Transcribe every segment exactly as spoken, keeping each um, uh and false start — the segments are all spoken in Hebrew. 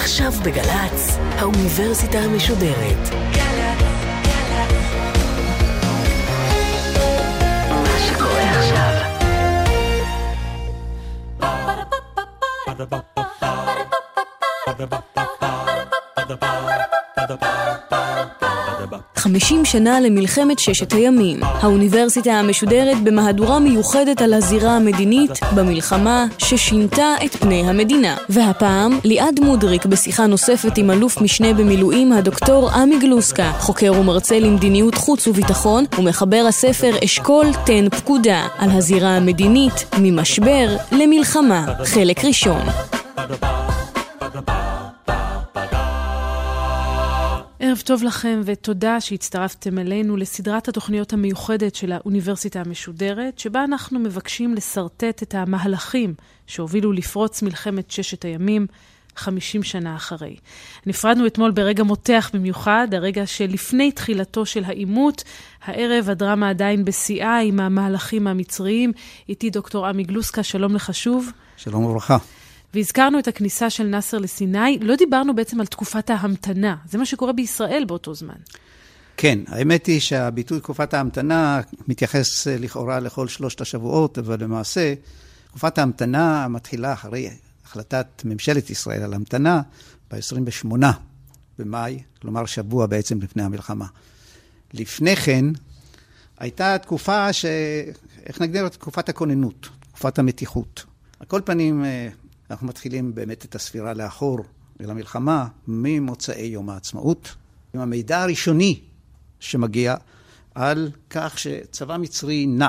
עכשיו בגלץ, האוניברסיטה המשודרת. מה שקורה עכשיו. חמישים שנה למלחמת ששת הימים. האוניברסיטה המשודרת במהדורה מיוחדת על הזירה המדינית במלחמה ששינתה את פני המדינה. והפעם ליעד מודריק בשיחה נוספת עם אלוף משנה במילואים הדוקטור עמי גלוסקה, חוקר ומרצה למדיניות חוץ וביטחון ומחבר הספר אשכול תן פקודה על הזירה המדינית ממשבר למלחמה. חלק ראשון. ערב טוב לכם ותודה שהצטרפתם אלינו לסדרת התוכניות המיוחדת של האוניברסיטה המשודרת, שבה אנחנו מבקשים לסרטט את המהלכים שהובילו לפרוץ מלחמת ששת הימים חמישים שנה אחרי. נפרדנו אתמול ברגע מותח במיוחד, הרגע שלפני תחילתו של העימות. הערב הדרמה עדיין בשיאה עם המהלכים המצריים. איתי דוקטור עמי גלוסקה, שלום לך שוב. שלום וברכה. והזכרנו את הכניסה של נאסר לסיני, לא דיברנו בעצם על תקופת ההמתנה. זה מה שקורה בישראל באותו זמן. כן, האמת היא שהביטוי תקופת ההמתנה מתייחס לכאורה לכל שלושת השבועות, אבל למעשה תקופת ההמתנה מתחילה אחרי החלטת ממשלת ישראל על המתנה ב-עשרים ושמונה במאי, כלומר שבוע בעצם לפני המלחמה. לפני כן הייתה תקופה ש... איך נגדיר את תקופת הכוננות, תקופת המתיחות. על כל פנים, אנחנו מתחילים באמת את הספירה לאחור ולמלחמה ממוצאי יום העצמאות, עם המידע הראשוני שמגיע על כך שצבא מצרי נע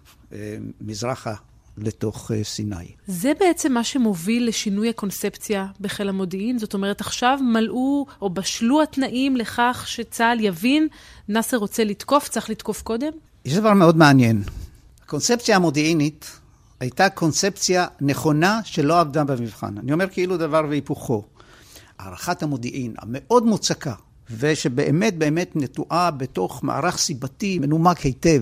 מזרחה לתוך סיני. זה בעצם מה שמוביל לשינוי הקונספציה בחיל המודיעין? זאת אומרת, עכשיו מלאו או בשלו התנאים לכך שצה"ל יבין, נאסר רוצה לתקוף, צריך לתקוף קודם? יש דבר מאוד מעניין. הקונספציה המודיעינית הייתה קונספציה נכונה שלא עבדה במבחן. אני אומר כאילו דבר והיפוכו. הערכת המודיעין המאוד מוצקה, ושבאמת באמת נטועה בתוך מערך סיבתי מנומק היטב,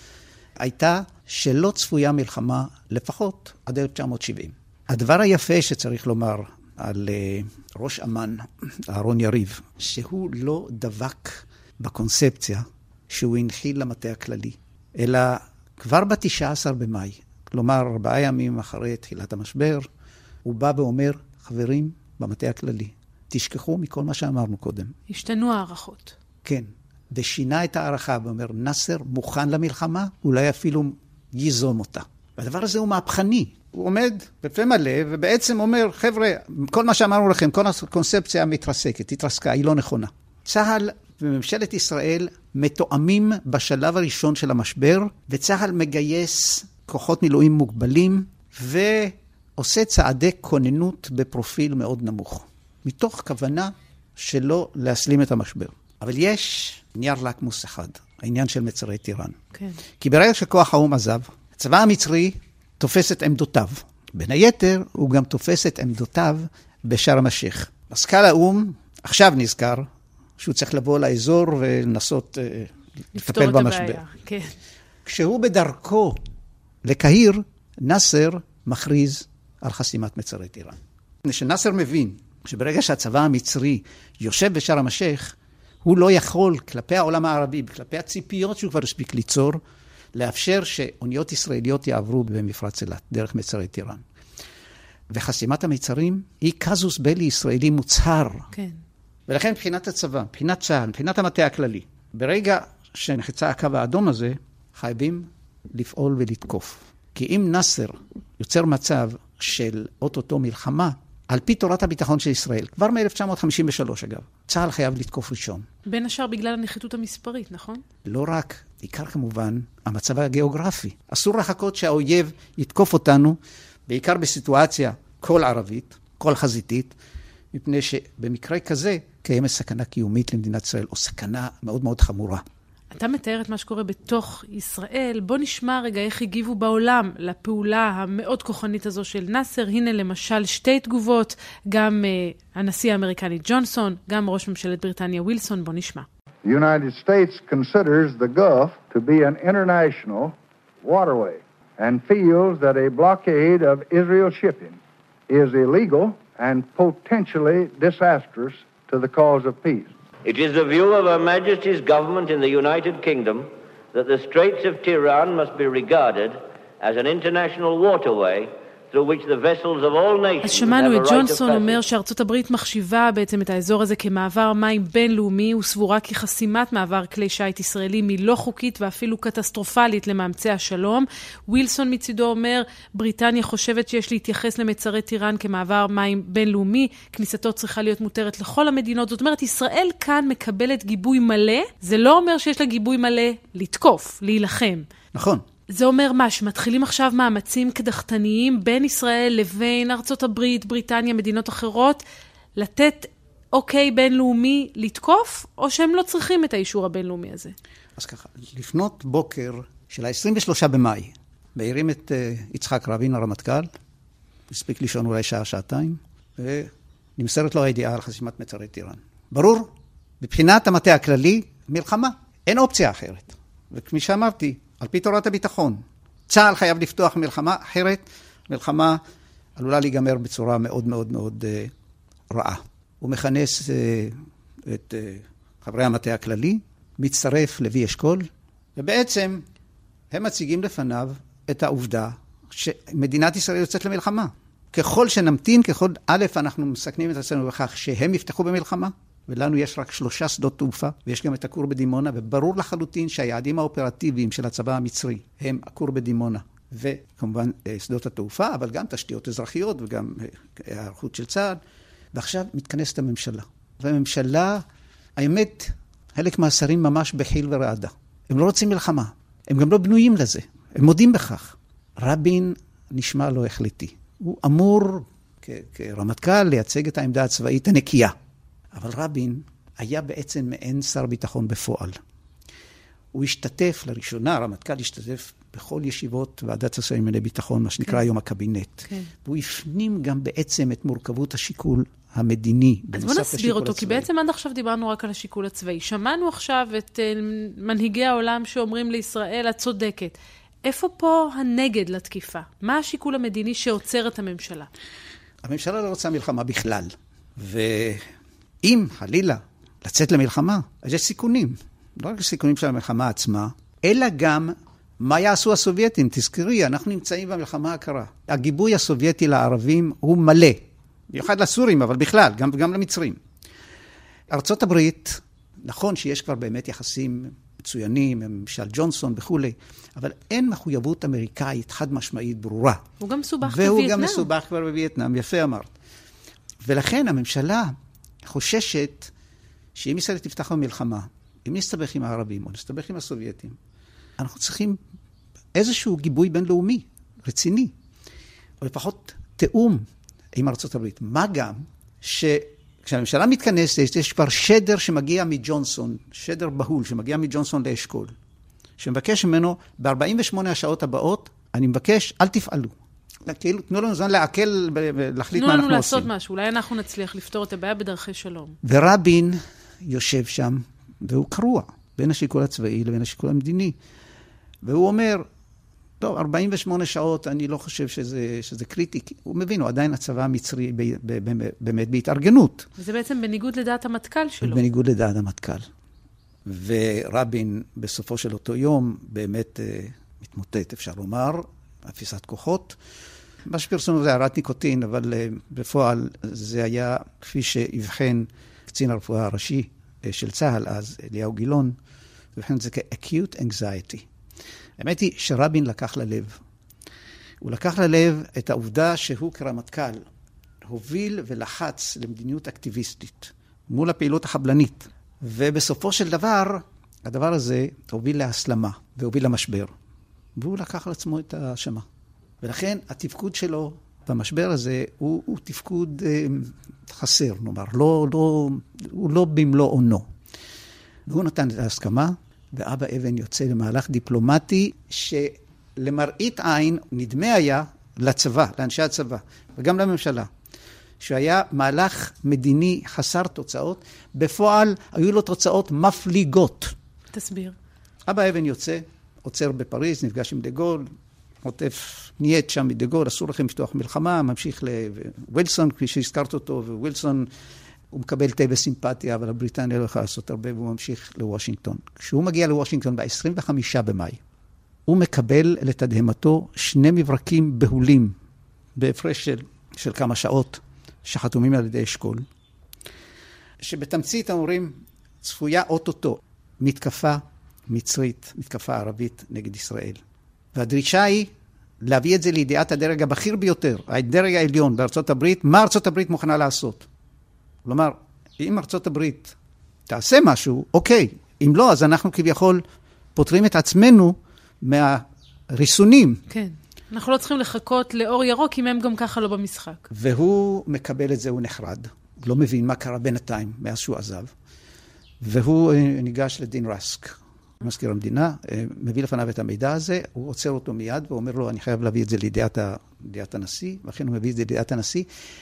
הייתה שלא צפויה מלחמה לפחות עד אלף תשע מאות שבעים. הדבר היפה שצריך לומר על uh, ראש אמן, אהרון יריב, שהוא לא דבק בקונספציה שהוא הנחיל למטה הכללי, אלא כבר ב-תשעה עשר במאי, כלומר, ארבעה ימים אחרי תחילת המשבר, הוא בא ואומר, חברים, במטה הכללי, תשכחו מכל מה שאמרנו קודם. השתנו הערכות. כן, ושינה את הערכה, ואומר, נאסר מוכן למלחמה, אולי אפילו ייזום אותה. והדבר הזה הוא מהפכני. הוא עומד בפה מלא, ובעצם אומר, חבר'ה, כל מה שאמרנו לכם, כל הקונספציה מתרסקת, התרסקה, היא לא נכונה. צה"ל וממשלת ישראל מתואמים בשלב הראשון של המשבר, וצה"ל מגייס כוחות מילואים מוגבלים, ועושה צעדי כוננות בפרופיל מאוד נמוך, מתוך כוונה שלא להסלים את המשבר. אבל יש נייר לקמוס אחד, העניין של מצרי טיראן. כן. כי ברגע שכוח האום עזב, הצבא המצרי תופס את עמדותיו. בין היתר, הוא גם תופס את עמדותיו בשארם א-שייח. מזכ"ל האום עכשיו נזכר שהוא צריך לבוא לאזור ולנסות לטפל במשבר. כן. כשהוא בדרכו לקהיר, נאסר מכריז על חסימת מצרי טיראן. כשנאסר מבין שברגע שהצבא המצרי יושב בשארם א-שייח, הוא לא יכול כלפי העולם הערבי, כלפי הציפיות שהוא כבר הספיק ליצור, לאפשר שאוניות ישראליות יעברו במפרץ אילת, דרך מצרי טיראן. וחסימת המצרים היא קזוס בלי ישראלי מוצהר. כן. ולכן מבחינת הצבא, מבחינת צה"ל, מבחינת המטה הכללי, ברגע שנחצה הקו האדום הזה, חייבים לפעול ולתקוף. כי אם נאסר יוצר מצב של אוטוטו מלחמה, על פי תורת הביטחון של ישראל, כבר מ-אלף תשע מאות חמישים ושלוש אגב, צה"ל חייב לתקוף ראשון. בין השאר בגלל הנחיתות המספרית, נכון? לא רק, בעיקר כמובן, המצב הגיאוגרפי. אסור לחכות שהאויב יתקוף אותנו, בעיקר בסיטואציה כל ערבית, כל חזיתית, מפני שבמקרה כזה קיימת סכנה קיומית למדינת ישראל, או סכנה מאוד מאוד חמורה. אתה מתאר את מה שקורה בתוך ישראל. בוא נשמע רגע איך הגיבו בעולם לפעולה המאוד כוחנית הזו של נאסר. הנה למשל שתי תגובות, גם uh, הנשיא האמריקני ג'ונסון, גם ראש ממשלת בריטניה ווילסון. בוא נשמע. The United States considers the Gulf to be an international waterway and feels that a blockade of Israel shipping is illegal and potentially disastrous to the cause of peace. It is the view of Her Majesty's government in the United Kingdom that the Straits of Tiran must be regarded as an international waterway through which the vessels of all nations אז שמענו have את a right of ג'ונסון passage. אומר שארצות הברית מחשיבה בעצם את האזור הזה כמעבר מים בינלאומי, וסבורה כי חסימת מעבר כלי שייט ישראלים היא לא חוקית ואפילו קטסטרופלית למאמצי השלום. ווילסון מצידו אומר, בריטניה חושבת שיש להתייחס למצרי טיראן כמעבר מים בינלאומי, כניסתו צריכה להיות מותרת לכל המדינות. זאת אומרת, ישראל כאן מקבלת גיבוי מלא, זה לא אומר שיש לה גיבוי מלא לתקוף, להילחם. נכון. זה אומר מה, שמתחילים עכשיו מאמצים קדחתניים בין ישראל לבין ארצות הברית, בריטניה, מדינות אחרות, לתת אוקיי בינלאומי לתקוף, או שהם לא צריכים את האישור הבינלאומי הזה? אז ככה, לפנות בוקר של ה-עשרים ושלושה במאי, מעירים את uh, יצחק רבין, הרמטכ"ל, הספיק לישון אולי שעה, שעתיים, ונמסרת לו הידיעה על חסימת מצרי טיראן. ברור, מבחינת המטה הכללי, מלחמה. אין אופציה אחרת. וכמי שאמרתי, על פי תורת הביטחון, צה"ל חייב לפתוח מלחמה, אחרת מלחמה עלולה להיגמר בצורה מאוד מאוד מאוד uh, רעה. הוא מכנס uh, את uh, חברי המטה הכללי, מצטרף לוי אשכול, ובעצם הם מציגים לפניו את העובדה שמדינת ישראל יוצאת למלחמה. ככל שנמתין, ככל א', אנחנו מסכנים את עצמנו בכך שהם יפתחו במלחמה, ולנו יש רק שלושה שדות תעופה, ויש גם את הכור בדימונה, וברור לחלוטין שהיעדים האופרטיביים של הצבא המצרי הם הכור בדימונה, וכמובן שדות התעופה, אבל גם תשתיות אזרחיות וגם הערכות של צה"ל. ועכשיו מתכנסת הממשלה. והממשלה, האמת, חלק מהשרים ממש בחיל ורעדה. הם לא רוצים מלחמה, הם גם לא בנויים לזה, הם מודים בכך. רבין נשמע לא החלטי. הוא אמור כ- כרמטכ"ל לייצג את העמדה הצבאית הנקייה. אבל רבין היה בעצם מעין שר ביטחון בפועל. הוא השתתף לראשונה, הרמטכ"ל השתתף בכל ישיבות ועדת השרים לענייני ביטחון, מה שנקרא היום הקבינט. כן. והוא הפנים גם בעצם את מורכבות השיקול המדיני. אז בוא נסביר אותו, הצבאי. כי בעצם עד עכשיו דיברנו רק על השיקול הצבאי. שמענו עכשיו את uh, מנהיגי העולם שאומרים לישראל, את צודקת. איפה פה הנגד לתקיפה? מה השיקול המדיני שעוצר את הממשלה? הממשלה לא רוצה מלחמה בכלל. ואם חלילה לצאת למלחמה, אז יש סיכונים. לא רק סיכונים של המלחמה עצמה, אלא גם מה יעשו הסובייטים. תזכרי, אנחנו נמצאים במלחמה הקרה. הגיבוי הסובייטי לערבים הוא מלא. במיוחד לסורים, אבל בכלל, גם, גם למצרים. ארצות הברית, נכון שיש כבר באמת יחסים מצוינים, ממשל ג'ונסון וכו', אבל אין מחויבות אמריקאית חד משמעית ברורה. הוא גם מסובך בווייטנאם. והוא גם מסובך כבר בווייטנאם, יפה אמרת. ולכן הממשלה חוששת שאם ישראל תפתח במלחמה, אם נסתבך עם הערבים או נסתבך עם הסובייטים, אנחנו צריכים איזשהו גיבוי בינלאומי, רציני, או לפחות תאום עם ארצות הברית. מה גם שכשהממשלה מתכנסת, יש כבר שדר שמגיע מג'ונסון, שדר בהול שמגיע מג'ונסון לאשכול, שמבקש ממנו ב-ארבעים ושמונה השעות הבאות, אני מבקש, אל תפעלו. כאילו, תנו לנו זמן לעכל, להחליט מה אנחנו עושים. תנו לנו לעשות משהו, אולי אנחנו נצליח לפתור את הבעיה בדרכי שלום. ורבין יושב שם, והוא קרוע בין השיקול הצבאי לבין השיקול המדיני. והוא אומר, טוב, ארבעים ושמונה שעות, אני לא חושב שזה, שזה קריטי. הוא מבין, הוא עדיין הצבא המצרי ב, ב, ב, באמת בהתארגנות. וזה בעצם בניגוד לדעת המטכ"ל שלו. בניגוד לדעת המטכ"ל. ורבין בסופו של אותו יום באמת uh, מתמוטט, אפשר לומר, אפיסת כוחות. מה שפרסמו זה הערת ניקוטין, אבל uh, בפועל זה היה כפי שהבחן קצין הרפואה הראשי uh, של צה"ל אז, אליהו גילון, ובכן זה כ-acute anxiety. האמת היא שרבין לקח ללב. הוא לקח ללב את העובדה שהוא כרמטכ"ל הוביל ולחץ למדיניות אקטיביסטית מול הפעילות החבלנית. ובסופו של דבר, הדבר הזה הוביל להסלמה והוביל למשבר. והוא לקח על עצמו את האשמה. ולכן התפקוד שלו במשבר הזה הוא, הוא תפקוד אה, חסר, נאמר. לא, לא, הוא לא במלוא עונו. והוא נתן את ההסכמה, ואבא אבן יוצא למהלך דיפלומטי שלמראית עין נדמה היה לצבא, לאנשי הצבא, וגם לממשלה, שהיה מהלך מדיני חסר תוצאות, בפועל היו לו תוצאות מפליגות. תסביר. אבא אבן יוצא, עוצר בפריז, נפגש עם דה גול, חוטף נייט שם מדגול, אסור לכם לפתוח מלחמה, ממשיך לווילסון, כפי שהזכרת אותו, ווילסון הוא מקבל תה בסימפתיה, אבל הבריטניה לא יכולה לעשות הרבה, והוא ממשיך לוושינגטון. כשהוא מגיע לוושינגטון ב-עשרים וחמישה במאי, הוא מקבל לתדהמתו שני מברקים בהולים, בהפרש של, של כמה שעות, שחתומים על ידי אשכול, שבתמצית אומרים, צפויה אוטוטו, מתקפה מצרית, מתקפה ערבית נגד ישראל. והדרישה היא להביא את זה לידיעת הדרג הבכיר ביותר, הדרג העליון בארצות הברית, מה ארצות הברית מוכנה לעשות. כלומר, אם ארצות הברית תעשה משהו, אוקיי, אם לא, אז אנחנו כביכול פותרים את עצמנו מהריסונים. כן, אנחנו לא צריכים לחכות לאור ירוק, אם הם גם ככה לא במשחק. והוא מקבל את זה, הוא נחרד, לא מבין מה קרה בינתיים, מאז שהוא עזב, והוא ניגש לדין רסק, מזכיר המדינה, מביא לפניו את המידע הזה, הוא עוצר אותו מיד ואומר לו, אני חייב להביא את זה לידיעת, לידיעת הנשיא, ואכן הוא מביא את זה לידיעת הנשיא,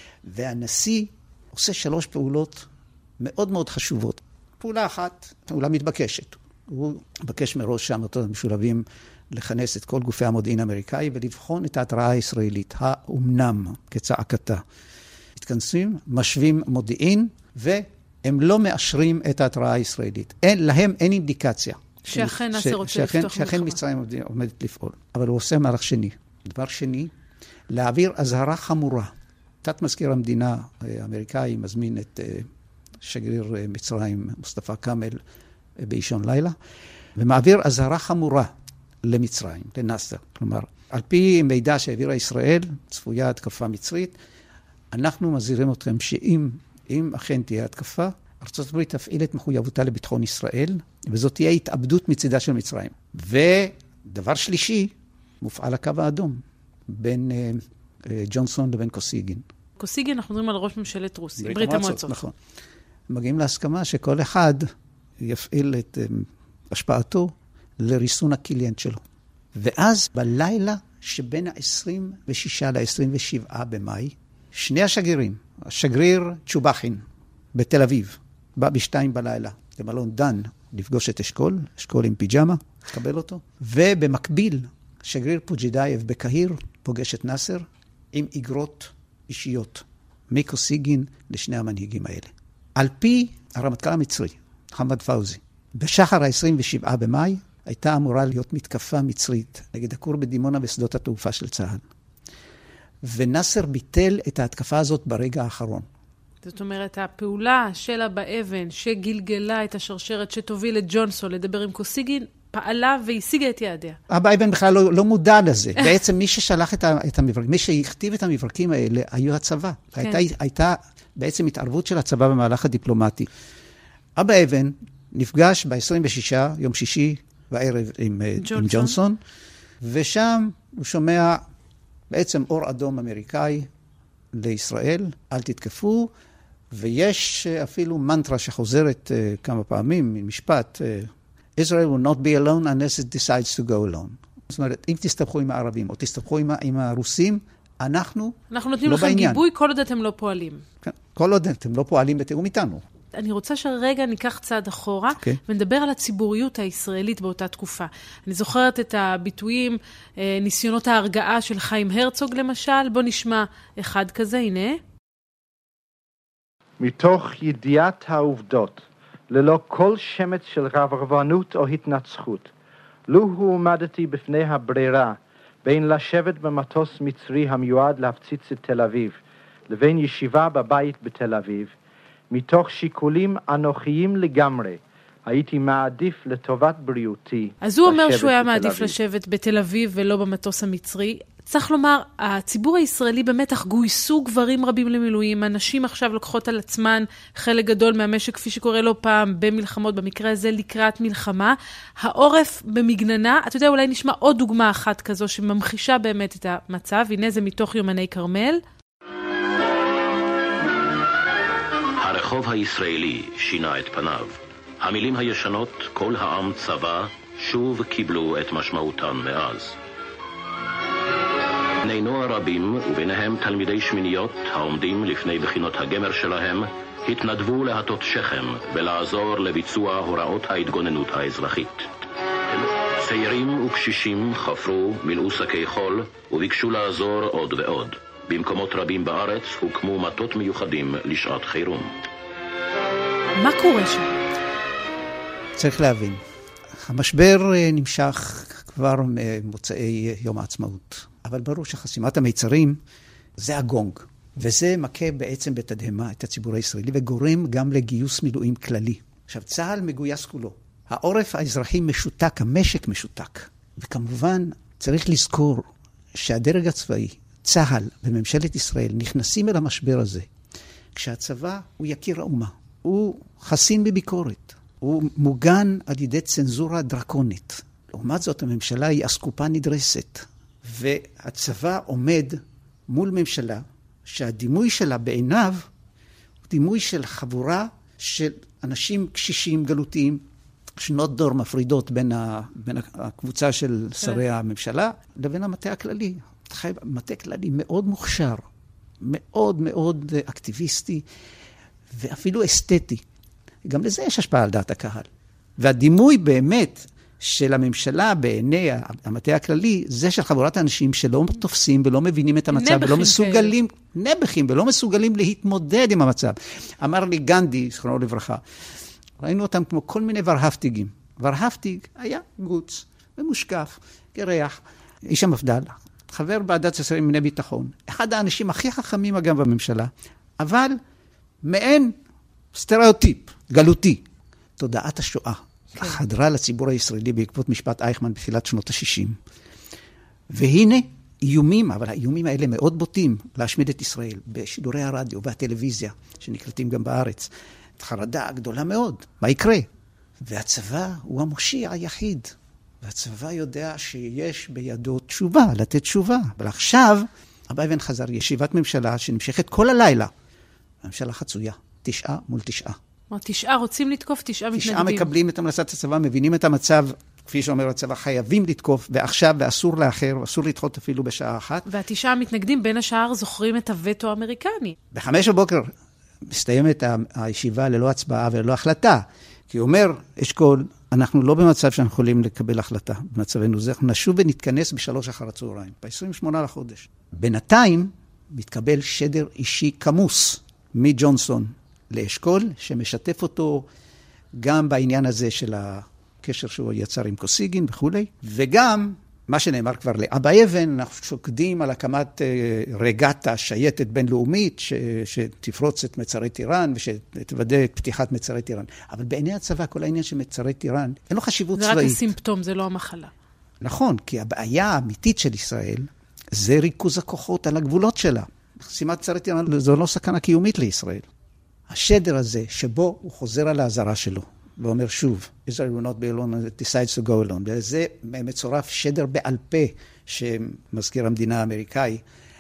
והנשיא עושה שלוש פעולות מאוד מאוד חשובות. פעולה אחת, פעולה מתבקשת. הוא מבקש מראש שהעמותות המשולבים לכנס את כל גופי המודיעין האמריקאי ולבחון את ההתראה הישראלית, האומנם כצעקתה. מתכנסים, משווים מודיעין, והם לא מאשרים את ההתראה הישראלית. אין, להם אין אינדיקציה. שאכן נאסר רוצה לפתוח מלחמה. שאכן מצרים עומדת לפעול. אבל הוא עושה מהלך שני. דבר שני, להעביר אזהרה חמורה. תת מזכיר המדינה האמריקאי מזמין את שגריר מצרים מוסטפא קאמל באישון לילה, ומעביר אזהרה חמורה למצרים, לנאסר. כלומר, על פי מידע שהעבירה ישראל, צפויה התקפה מצרית, אנחנו מזהירים אתכם שאם אם אכן תהיה התקפה, ארצות הברית תפעיל את מחויבותה לביטחון ישראל, וזאת תהיה התאבדות מצידה של מצרים. ודבר שלישי, מופעל הקו האדום, בין ג'ונסון לבין קוסיגין. קוסיגין, אנחנו מדברים על ראש ממשלת רוסיה, ברית המועצות. נכון. מגיעים להסכמה שכל אחד יפעיל את השפעתו לריסון הקליינט שלו. ואז בלילה שבין ה-עשרים ושישה ל-עשרים ושבעה במאי, שני השגרירים, השגריר צ'ובחין בתל אביב, בא בשתיים בלילה למלון דן לפגוש את אשכול, אשכול עם פיג'מה, לקבל אותו, ובמקביל שגריר פוג'ידייב בקהיר פוגש את נאסר עם איגרות אישיות, מקוסיגין לשני המנהיגים האלה. על פי הרמטכ"ל המצרי, חמד פאוזי, בשחר ה-עשרים ושבעה במאי הייתה אמורה להיות מתקפה מצרית נגד הכור בדימונה ושדות התעופה של צה"ל. ונאסר ביטל את ההתקפה הזאת ברגע האחרון. זאת אומרת, הפעולה שלה באבן שגלגלה את השרשרת שתוביל את ג'ונסון לדבר עם קוסיגין, פעלה והשיגה את יעדיה. אבא אבן בכלל לא, לא מודע לזה. בעצם מי ששלח את, את המברקים, מי שהכתיב את המברקים האלה, היו הצבא. כן. הייתה, הייתה בעצם התערבות של הצבא במהלך הדיפלומטי. אבא אבן נפגש ב-עשרים ושישה, יום שישי בערב עם ג'ונסון. עם ג'ונסון, ושם הוא שומע בעצם אור אדום אמריקאי לישראל, אל תתקפו, ויש אפילו מנטרה שחוזרת uh, כמה פעמים, משפט, uh, Israel will not be alone unless it decides to go alone. זאת אומרת, אם תסתבכו עם הערבים, או תסתבכו עם, עם הרוסים, אנחנו, אנחנו נותנים לכם בעניין. גיבוי כל עוד אתם לא פועלים. כן, כל עוד אתם לא פועלים בתיאום איתנו. אני רוצה שרגע ניקח צעד אחורה, okay. ונדבר על הציבוריות הישראלית באותה תקופה. אני זוכרת את הביטויים, ניסיונות ההרגעה של חיים הרצוג למשל, בוא נשמע אחד כזה, הנה. מתוך ידיעת העובדות, ללא כל שמץ של רברבנות או התנצחות, לו הוא עמדתי בפני הברירה, בין לשבת במטוס מצרי המיועד להפציץ את תל אביב, לבין ישיבה בבית בתל אביב, מתוך שיקולים אנוכיים לגמרי, הייתי מעדיף לטובת בריאותי. אז הוא אומר שהוא היה מעדיף לשבת בתל אביב ולא במטוס המצרי. צריך לומר, הציבור הישראלי במתח גויסו גברים רבים למילואים, הנשים עכשיו לוקחות על עצמן חלק גדול מהמשק, כפי שקורה לא פעם במלחמות, במקרה הזה לקראת מלחמה. העורף במגננה, אתה יודע, אולי נשמע עוד דוגמה אחת כזו שממחישה באמת את המצב, הנה זה מתוך יומני כרמל. הרחוב הישראלי שינה את פניו. המילים הישנות, כל העם צבא, שוב קיבלו את משמעותן מאז. בני נוער רבים, וביניהם תלמידי שמיניות העומדים לפני בחינות הגמר שלהם, התנדבו להטות שכם ולעזור לביצוע הוראות ההתגוננות האזרחית. צעירים וקשישים חפרו, מילאו שקי חול וביקשו לעזור עוד ועוד. במקומות רבים בארץ הוקמו מטות מיוחדים לשעת חירום. מה קורה שם? צריך להבין, המשבר נמשך כבר ממוצאי יום העצמאות, אבל ברור שחסימת המיצרים זה הגונג, וזה מכה בעצם בתדהמה את הציבור הישראלי, וגורם גם לגיוס מילואים כללי. עכשיו, צה"ל מגויס כולו. העורף האזרחי משותק, המשק משותק. וכמובן, צריך לזכור שהדרג הצבאי, צה"ל וממשלת ישראל נכנסים אל המשבר הזה, כשהצבא הוא יקיר האומה, הוא חסין בביקורת, הוא מוגן על ידי צנזורה דרקונית. לעומת זאת, הממשלה היא אסקופה נדרסת, והצבא עומד מול ממשלה שהדימוי שלה בעיניו הוא דימוי של חבורה של אנשים קשישים גלותיים, שנות דור מפרידות בין, ה, בין הקבוצה של שרי הממשלה לבין המטה הכללי. מטה כללי מאוד מוכשר, מאוד מאוד אקטיביסטי ואפילו אסתטי. גם לזה יש השפעה על דעת הקהל. והדימוי באמת של הממשלה בעיני המטה הכללי, זה של חבורת האנשים שלא תופסים ולא מבינים את המצב, ולא מסוגלים, נבחים, ולא מסוגלים להתמודד עם המצב. אמר לי גנדי, זכרונו לברכה, ראינו אותם כמו כל מיני ורהפטיגים. ורהפטיג היה גוץ ומושקף, גרח, איש המפד"ל, חבר ועדת השרים לענייני ביטחון, אחד האנשים הכי חכמים אגב בממשלה, אבל מעין סטריאוטיפ, גלותי, תודעת השואה. כן. חדרה לציבור הישראלי בעקבות משפט אייכמן בתחילת שנות ה-שישים. והנה איומים, אבל האיומים האלה מאוד בוטים להשמיד את ישראל בשידורי הרדיו והטלוויזיה, שנקלטים גם בארץ. חרדה גדולה מאוד, מה יקרה? והצבא הוא המושיע היחיד. והצבא יודע שיש בידו תשובה, לתת תשובה. אבל עכשיו, אבא אבן חזר ישיבת ממשלה שנמשכת כל הלילה. הממשלה חצויה, תשעה מול תשעה. תשעה רוצים לתקוף, תשעה מתנגדים. תשעה מקבלים את המלצת הצבא, מבינים את המצב, כפי שאומר הצבא, חייבים לתקוף, ועכשיו, ואסור לאחר, ואסור לדחות אפילו בשעה אחת. והתשעה מתנגדים בין השאר זוכרים את הווטו האמריקני. בחמש הבוקר מסתיימת הישיבה ללא הצבעה וללא החלטה, כי אומר אשכול, אנחנו לא במצב שאנחנו יכולים לקבל החלטה במצבנו זה, אנחנו נשוב ונתכנס בשלוש אחר הצהריים, ב-עשרים ושמונה לחודש. בינתיים מתקבל שדר אישי כמוס מג'ונסון לאשכול, שמשתף אותו גם בעניין הזה של הקשר שהוא יצר עם קוסיגין וכו', וגם מה שנאמר כבר לאבא אבן, אנחנו שוקדים על הקמת רגטה שייטת בינלאומית, ש, שתפרוץ את מצרי טיראן, ושתוודא את פתיחת מצרי טיראן. אבל בעיני הצבא, כל העניין של מצרי טיראן, אין לו חשיבות צבאית. זה רק הסימפטום, זה לא המחלה. נכון, כי הבעיה האמיתית של ישראל, זה ריכוז הכוחות על הגבולות שלה. חסימת מצרי טיראן, זו לא סכנה קיומית לישראל. השדר הזה, שבו הוא חוזר על ההזרה שלו, ואומר שוב, Israel will not be alone and it decides to go alone. וזה מצורף שדר בעל פה שמזכיר המדינה האמריקאי,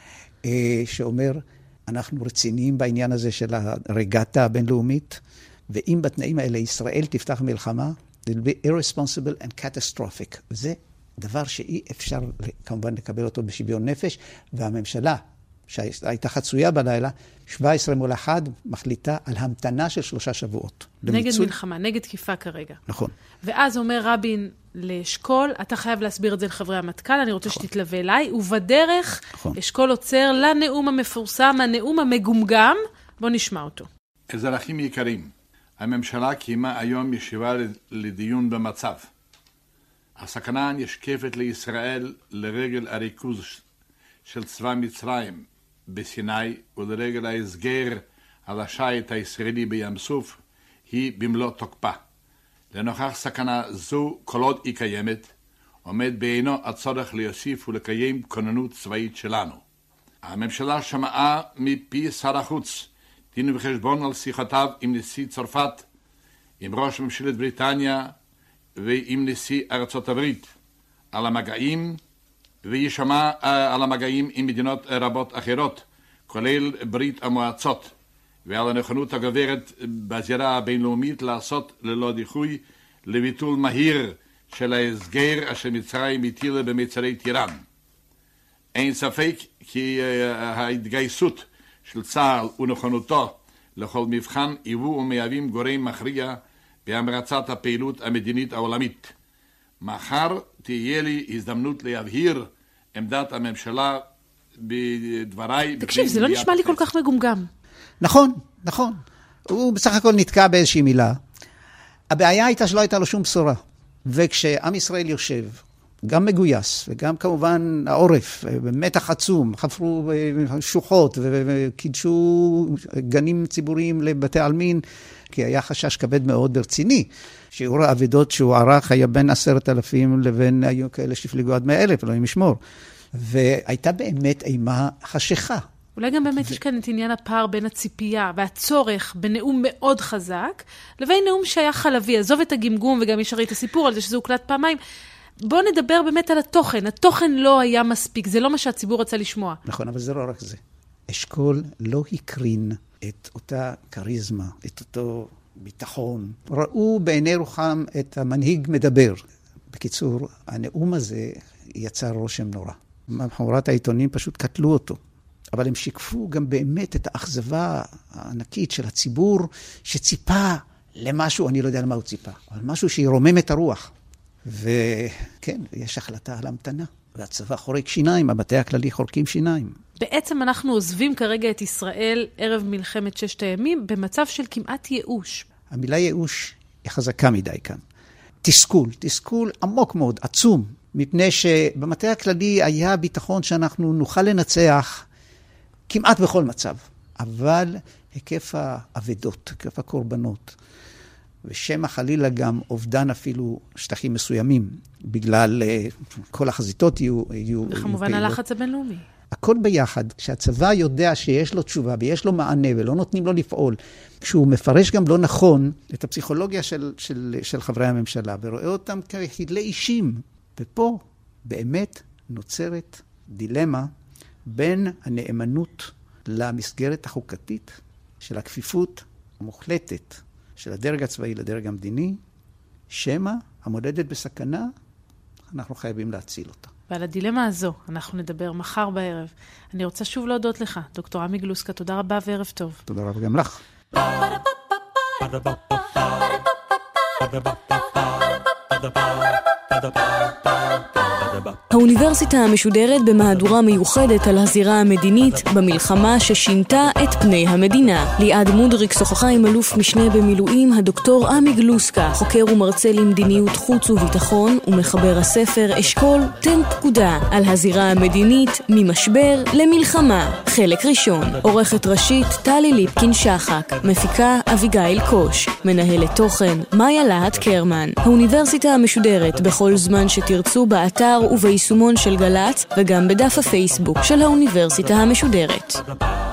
שאומר, אנחנו רציניים בעניין הזה של הרגטה הבינלאומית, ואם בתנאים האלה ישראל תפתח מלחמה, it will be irresponsible and catastrophic. וזה דבר שאי אפשר כמובן לקבל אותו בשוויון נפש, והממשלה, שהייתה חצויה בלילה, שבע עשרה מול אחד, מחליטה על המתנה של שלושה שבועות. נגד למיצוי... מלחמה, נגד תקיפה כרגע. נכון. ואז אומר רבין לאשכול, אתה חייב להסביר את זה לחברי המטכ"ל, אני רוצה נכון. שתתלווה אליי, ובדרך נכון. אשכול עוצר לנאום המפורסם, הנאום המגומגם, בוא נשמע אותו. אזרחים יקרים, הממשלה קיימה היום ישיבה לדיון במצב. הסכנה נשקפת לישראל לרגל הריכוז של צבא מצרים בסיני ולרגל ההסגר על השייט הישראלי בים סוף היא במלוא תוקפה. לנוכח סכנה זו, כל עוד היא קיימת, עומד בעינו הצורך להוסיף ולקיים כוננות צבאית שלנו. הממשלה שמעה מפי שר החוץ דין וחשבון על שיחותיו עם נשיא צרפת, עם ראש ממשלת בריטניה ועם נשיא ארצות הברית, על המגעים וישמע על המגעים עם מדינות רבות אחרות, כולל ברית המועצות, ועל הנכונות הגוברת בזירה הבינלאומית לעשות ללא דיחוי לביטול מהיר של ההסגר אשר מצרים הטילה במצרי טיראן. אין ספק כי ההתגייסות של צה"ל ונכונותו לכל מבחן היוו ומהווים גורם מכריע בהמרצת הפעילות המדינית העולמית. מחר תהיה לי הזדמנות להבהיר עמדת הממשלה בדבריי. תקשיב, זה לא נשמע לי כל כך מגומגם. נכון, נכון. הוא בסך הכל נתקע באיזושהי מילה. הבעיה הייתה שלא הייתה לו שום בשורה. וכשעם ישראל יושב, גם מגויס, וגם כמובן העורף, במתח עצום, חפרו שוחות וקידשו גנים ציבוריים לבתי עלמין, כי היה חשש כבד מאוד ברציני. שיעור העבודות שהוא ערך היה בין עשרת אלפים לבין היו כאלה שהפליגו עד מאה אלף, אלוהים ישמור. והייתה באמת אימה חשיכה. אולי גם באמת ו... יש כאן את עניין הפער בין הציפייה והצורך בנאום מאוד חזק, לבין נאום שהיה חלבי. עזוב את הגמגום וגם יש הרי את הסיפור על זה שזה הוקלט פעמיים. בואו נדבר באמת על התוכן. התוכן לא היה מספיק, זה לא מה שהציבור רצה לשמוע. נכון, אבל זה לא רק זה. אשכול לא הקרין את אותה קריזמה, את אותו ביטחון. ראו בעיני רוחם את המנהיג מדבר. בקיצור, הנאום הזה יצר רושם נורא. חבורת העיתונים פשוט קטלו אותו. אבל הם שיקפו גם באמת את האכזבה הענקית של הציבור שציפה למשהו, אני לא יודע למה הוא ציפה, אבל משהו שירומם את הרוח. וכן, יש החלטה על המתנה. והצבא חורק שיניים, הבתי הכללי חורקים שיניים. בעצם אנחנו עוזבים כרגע את ישראל ערב מלחמת ששת הימים במצב של כמעט ייאוש. המילה ייאוש היא חזקה מדי כאן. תסכול, תסכול עמוק מאוד, עצום, מפני שבמטה הכללי היה ביטחון שאנחנו נוכל לנצח כמעט בכל מצב. אבל היקף העבדות, היקף הקורבנות, ושם החלילה גם אובדן אפילו שטחים מסוימים, בגלל כל החזיתות יהיו, יהיו וכמובן פעילות. הלחץ הבינלאומי. הכל ביחד, כשהצבא יודע שיש לו תשובה ויש לו מענה ולא נותנים לו לפעול, כשהוא מפרש גם לא נכון את הפסיכולוגיה של, של, של חברי הממשלה, ורואה אותם כחדלי אישים. ופה באמת נוצרת דילמה בין הנאמנות למסגרת החוקתית של הכפיפות המוחלטת של הדרג הצבאי לדרג המדיני, שמא המודדת בסכנה, אנחנו חייבים להציל אותה. ועל הדילמה הזו אנחנו נדבר מחר בערב. אני רוצה שוב להודות לך, דוקטור עמי גלוסקה, תודה רבה וערב טוב. תודה רבה גם לך. האוניברסיטה המשודרת במהדורה מיוחדת על הזירה המדינית במלחמה ששינתה את פני המדינה. ליעד מודריק שוחחה עם אלוף משנה במילואים הדוקטור עמי גלוסקה, חוקר ומרצה למדיניות חוץ וביטחון ומחבר הספר אשכול תן פקודה על הזירה המדינית ממשבר למלחמה. חלק ראשון, עורכת ראשית טלי ליפקין שחק, מפיקה אביגיל קוש, מנהלת תוכן מאיה להט קרמן. האוניברסיטה המשודרת בכל זמן שתרצו באתר וביישומון של גל"צ וגם בדף הפייסבוק של האוניברסיטה המשודרת.